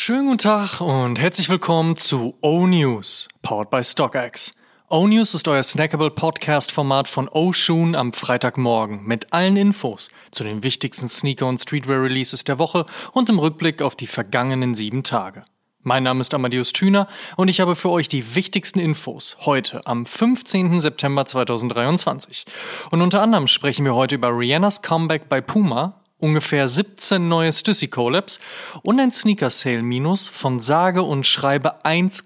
Schönen guten Tag und herzlich willkommen zu O-News, powered by StockX. O-News ist euer snackable Podcast-Format von O-Shoon am Freitagmorgen mit allen Infos zu den wichtigsten Sneaker- und Streetwear-Releases der Woche und im Rückblick auf die vergangenen 7 Tage. Mein Name ist Amadeus Thüner und ich habe für euch die wichtigsten Infos heute am 15. September 2023. Und unter anderem sprechen wir heute über Rihannas Comeback bei Puma, ungefähr 17 neue Stussy-Collabs und ein Sneaker-Sale-Minus von sage und schreibe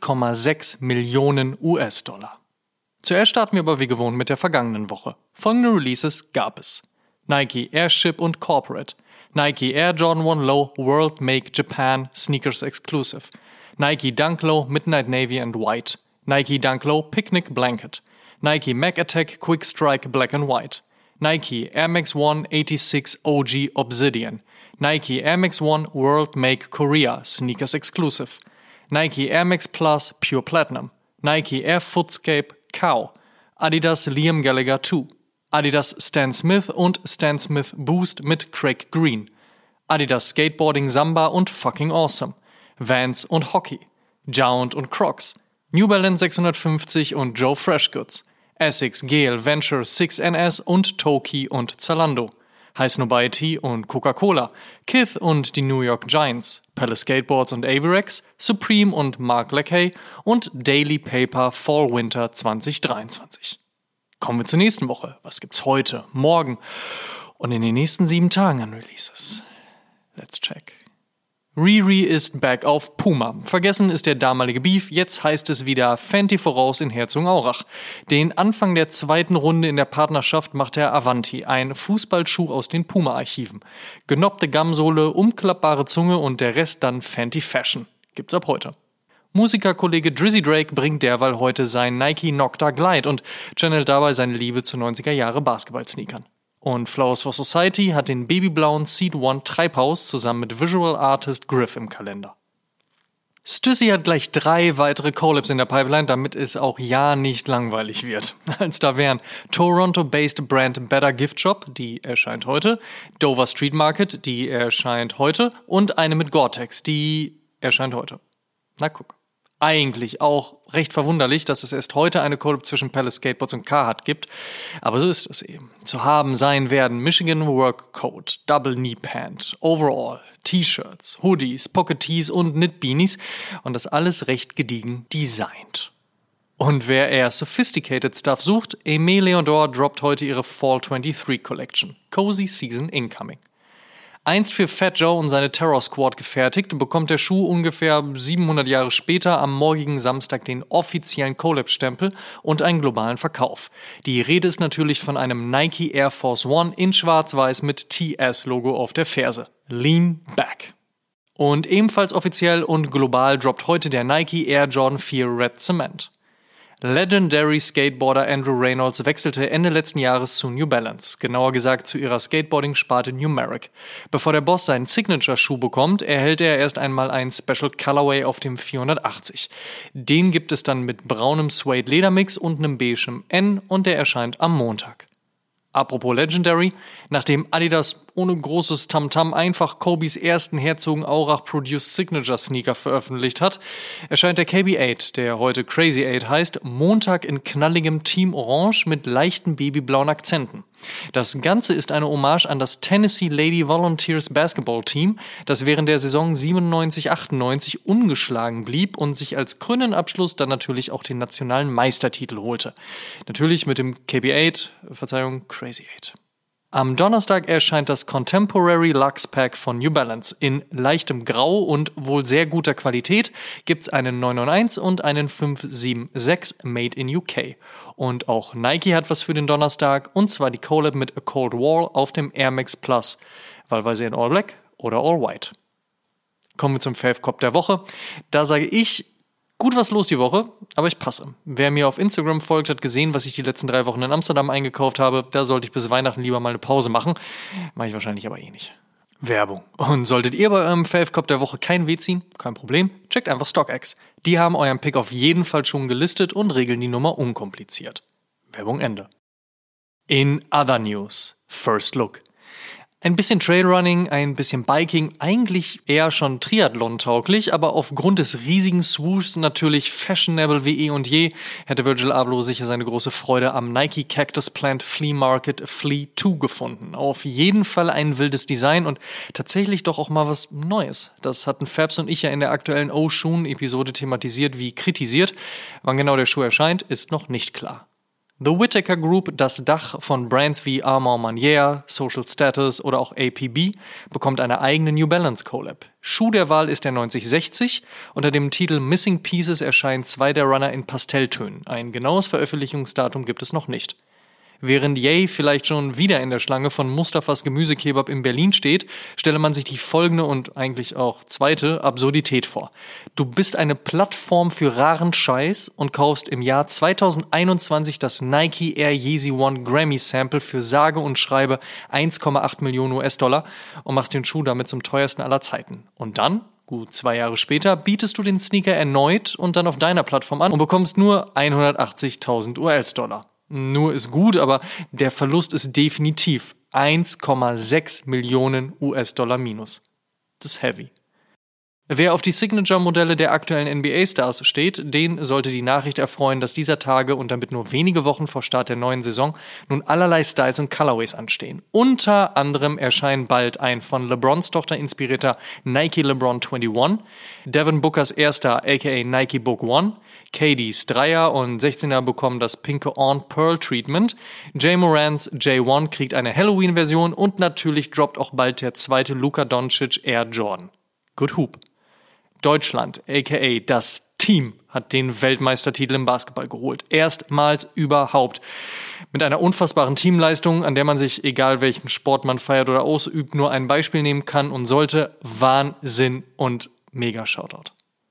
1,6 Millionen US-Dollar. Zuerst starten wir aber wie gewohnt mit der vergangenen Woche. Folgende Releases gab es: Nike Airship und Corporate, Nike Air Jordan 1 Low World Make Japan Sneakers Exclusive, Nike Dunk Low Midnight Navy and White, Nike Dunk Low Picnic Blanket, Nike Mac Attack Quick Strike Black and White, Nike Air Max 1 86 OG Obsidian, Nike Air Max 1 World Make Korea Sneakers Exclusive, Nike Air Max Plus Pure Platinum, Nike Air Footscape Cow, Adidas Liam Gallagher 2, Adidas Stan Smith und Stan Smith Boost mit Craig Green, Adidas Skateboarding Samba und Fucking Awesome, Vans und Hockey, Jound und Crocs, New Balance 650 und Joe Freshgoods, Essex, Gale, Venture, 6NS und Toki und Zalando, High Snobiety und Coca-Cola, Kith und die New York Giants, Palace Skateboards und Avirex, Supreme und Mark Lackey und Daily Paper Fall Winter 2023. Kommen wir zur nächsten Woche. Was gibt's heute, morgen und in den nächsten 7 Tagen an Releases? Let's check. Riri ist back auf Puma. Vergessen ist der damalige Beef, jetzt heißt es wieder Fenty voraus in Herzogenaurach. Den Anfang der 2. Runde in der Partnerschaft macht der Avanti, ein Fußballschuh aus den Puma-Archiven. Genoppte Gamsohle, umklappbare Zunge und der Rest dann Fenty Fashion. Gibt's ab heute. Musikerkollege Drizzy Drake bringt derweil heute sein Nike Nocta Glide und channelt dabei seine Liebe zu 90er-Jahre Basketball-Sneakern. Und Flowers for Society hat den babyblauen Seed One Treibhaus zusammen mit Visual Artist Griff im Kalender. Stussy hat gleich 3 weitere Collabs in der Pipeline, damit es auch ja nicht langweilig wird. Als da wären Toronto-based Brand Better Gift Shop, die erscheint heute, Dover Street Market, die erscheint heute und eine mit Gore-Tex, die erscheint heute. Na guck. Eigentlich auch recht verwunderlich, dass es erst heute eine Collab zwischen Palace Skateboards und Carhartt gibt. Aber so ist es eben. Zu haben sein werden Michigan Work Coat, Double Knee Pant, Overall, T-Shirts, Hoodies, Pocket Tees und Knit Beanies. Und das alles recht gediegen designt. Und wer eher sophisticated Stuff sucht, Aimé Leon Dore droppt heute ihre Fall 23 Collection. Cozy Season Incoming. Einst für Fat Joe und seine Terror Squad gefertigt, bekommt der Schuh ungefähr 700 Jahre später am morgigen Samstag den offiziellen Collab-Stempel und einen globalen Verkauf. Die Rede ist natürlich von einem Nike Air Force One in schwarz-weiß mit TS-Logo auf der Ferse. Lean back. Und ebenfalls offiziell und global droppt heute der Nike Air Jordan 4 Red Cement. Legendary Skateboarder Andrew Reynolds wechselte Ende letzten Jahres zu New Balance, genauer gesagt zu ihrer Skateboarding-Sparte Numeric. Bevor der Boss seinen Signature-Schuh bekommt, erhält er erst einmal einen Special Colorway auf dem 480. Den gibt es dann mit braunem Suede-Ledermix und einem beigem N und der erscheint am Montag. Apropos Legendary, nachdem Adidas ohne großes Tamtam einfach Kobes ersten Herzogenaurach-produced Signature-Sneaker veröffentlicht hat, erscheint der KB8, der heute Crazy 8 heißt, Montag in knalligem Team Orange mit leichten babyblauen Akzenten. Das Ganze ist eine Hommage an das Tennessee Lady Volunteers Basketball Team, das während der Saison 97-98 ungeschlagen blieb und sich als krönenden Abschluss dann natürlich auch den nationalen Meistertitel holte. Natürlich mit dem Crazy 8. Am Donnerstag erscheint das Contemporary Luxe Pack von New Balance. In leichtem Grau und wohl sehr guter Qualität gibt's einen 991 und einen 576 Made in UK. Und auch Nike hat was für den Donnerstag, und zwar die Collab mit A Cold War auf dem Air Max Plus, wahlweise in All Black oder All White. Kommen wir zum Fave Cop der Woche. Da sage ich, gut was los die Woche, aber ich passe. Wer mir auf Instagram folgt, hat gesehen, was ich die letzten 3 Wochen in Amsterdam eingekauft habe. Da sollte ich bis Weihnachten lieber mal eine Pause machen. Mache ich wahrscheinlich aber eh nicht. Werbung. Und solltet ihr bei eurem Fave Cop der Woche kein Weh ziehen, kein Problem, checkt einfach StockX. Die haben euren Pick auf jeden Fall schon gelistet und regeln die Nummer unkompliziert. Werbung Ende. In other news, First Look. Ein bisschen Trailrunning, ein bisschen Biking, eigentlich eher schon Triathlon-tauglich, aber aufgrund des riesigen Swooshs natürlich fashionable wie eh und je, hätte Virgil Abloh sicher seine große Freude am Nike Cactus Plant Flea Market Flea 2 gefunden. Auf jeden Fall ein wildes Design und tatsächlich doch auch mal was Neues. Das hatten Fabs und ich ja in der aktuellen O-Shoon-Episode thematisiert wie kritisiert. Wann genau der Schuh erscheint, ist noch nicht klar. The Whittaker Group, das Dach von Brands wie Armand Manière, Social Status oder auch APB, bekommt eine eigene New Balance Collab. Schuh der Wahl ist der 9060. Unter dem Titel Missing Pieces erscheinen 2 der Runner in Pastelltönen. Ein genaues Veröffentlichungsdatum gibt es noch nicht. Während Ye vielleicht schon wieder in der Schlange von Mustafas Gemüsekebab in Berlin steht, stelle man sich die folgende und eigentlich auch zweite Absurdität vor. Du bist eine Plattform für raren Scheiß und kaufst im Jahr 2021 das Nike Air Yeezy One Grammy Sample für sage und schreibe 1,8 Millionen US-Dollar und machst den Schuh damit zum teuersten aller Zeiten. Und dann, gut 2 Jahre später, bietest du den Sneaker erneut und dann auf deiner Plattform an und bekommst nur 180.000 US-Dollar. Nur ist gut, aber der Verlust ist definitiv 1,6 Millionen US-Dollar minus. Das ist heavy. Wer auf die Signature-Modelle der aktuellen NBA-Stars steht, den sollte die Nachricht erfreuen, dass dieser Tage und damit nur wenige Wochen vor Start der neuen Saison nun allerlei Styles und Colorways anstehen. Unter anderem erscheint bald ein von LeBrons Tochter inspirierter Nike LeBron 21, Devin Bookers erster aka Nike Book One, KDs 3er und 16er bekommen das pinke On Pearl Treatment, Jay Morans J1 kriegt eine Halloween-Version und natürlich droppt auch bald der zweite Luka Doncic Air Jordan. Good Hoop. Deutschland, aka das Team, hat den Weltmeistertitel im Basketball geholt. Erstmals überhaupt. Mit einer unfassbaren Teamleistung, an der man sich, egal welchen Sport man feiert oder ausübt, nur ein Beispiel nehmen kann und sollte. Wahnsinn und mega Shoutout.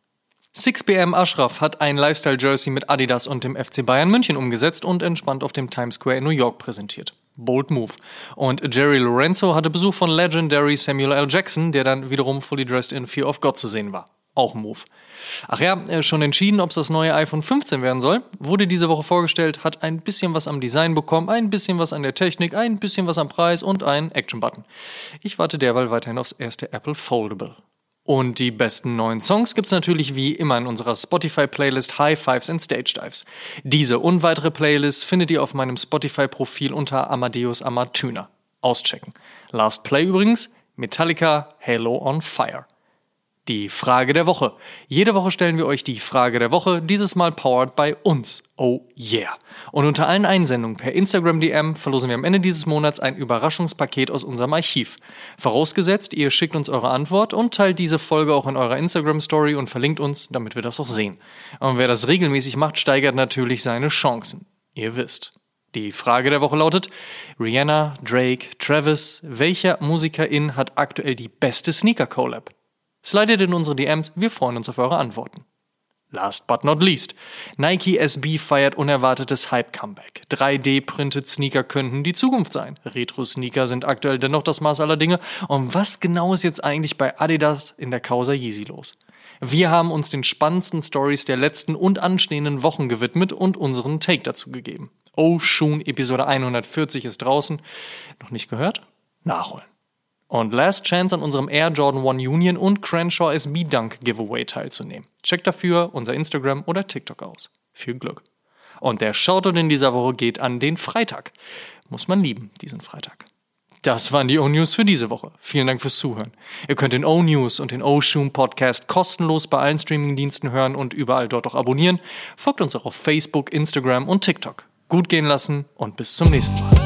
6PM Ashraf hat ein Lifestyle-Jersey mit Adidas und dem FC Bayern München umgesetzt und entspannt auf dem Times Square in New York präsentiert. Bold Move. Und Jerry Lorenzo hatte Besuch von Legendary Samuel L. Jackson, der dann wiederum fully dressed in Fear of God zu sehen war. Auch ein Move. Ach ja, schon entschieden, ob es das neue iPhone 15 werden soll. Wurde diese Woche vorgestellt, hat ein bisschen was am Design bekommen, ein bisschen was an der Technik, ein bisschen was am Preis und einen Action-Button. Ich warte derweil weiterhin aufs erste Apple Foldable. Und die besten neuen Songs gibt's natürlich wie immer in unserer Spotify-Playlist High Fives and Stage Dives. Diese und weitere Playlists findet ihr auf meinem Spotify-Profil unter Amadeus Amatüner. Auschecken. Last Play übrigens, Metallica, Halo on Fire. Die Frage der Woche. Jede Woche stellen wir euch die Frage der Woche, dieses Mal powered by uns. Oh yeah. Und unter allen Einsendungen per Instagram-DM verlosen wir am Ende dieses Monats ein Überraschungspaket aus unserem Archiv. Vorausgesetzt, ihr schickt uns eure Antwort und teilt diese Folge auch in eurer Instagram-Story und verlinkt uns, damit wir das auch sehen. Und wer das regelmäßig macht, steigert natürlich seine Chancen. Ihr wisst. Die Frage der Woche lautet: Rihanna, Drake, Travis, welcher Musikerin hat aktuell die beste Sneaker-Collab? Slidet in unsere DMs, wir freuen uns auf eure Antworten. Last but not least. Nike SB feiert unerwartetes Hype-Comeback. 3D-printed Sneaker könnten die Zukunft sein. Retro-Sneaker sind aktuell dennoch das Maß aller Dinge. Und was genau ist jetzt eigentlich bei Adidas in der Causa Yeezy los? Wir haben uns den spannendsten Stories der letzten und anstehenden Wochen gewidmet und unseren Take dazu gegeben. O-Shoon Episode 140 ist draußen. Noch nicht gehört? Nachholen. Und Last Chance an unserem Air Jordan 1 Union und Crenshaw SB Dunk Giveaway teilzunehmen. Checkt dafür unser Instagram oder TikTok aus. Viel Glück. Und der Shoutout in dieser Woche geht an den Freitag. Muss man lieben, diesen Freitag. Das waren die O-News für diese Woche. Vielen Dank fürs Zuhören. Ihr könnt den O-News und den O-Shoon Podcast kostenlos bei allen Streamingdiensten hören und überall dort auch abonnieren. Folgt uns auch auf Facebook, Instagram und TikTok. Gut gehen lassen und bis zum nächsten Mal.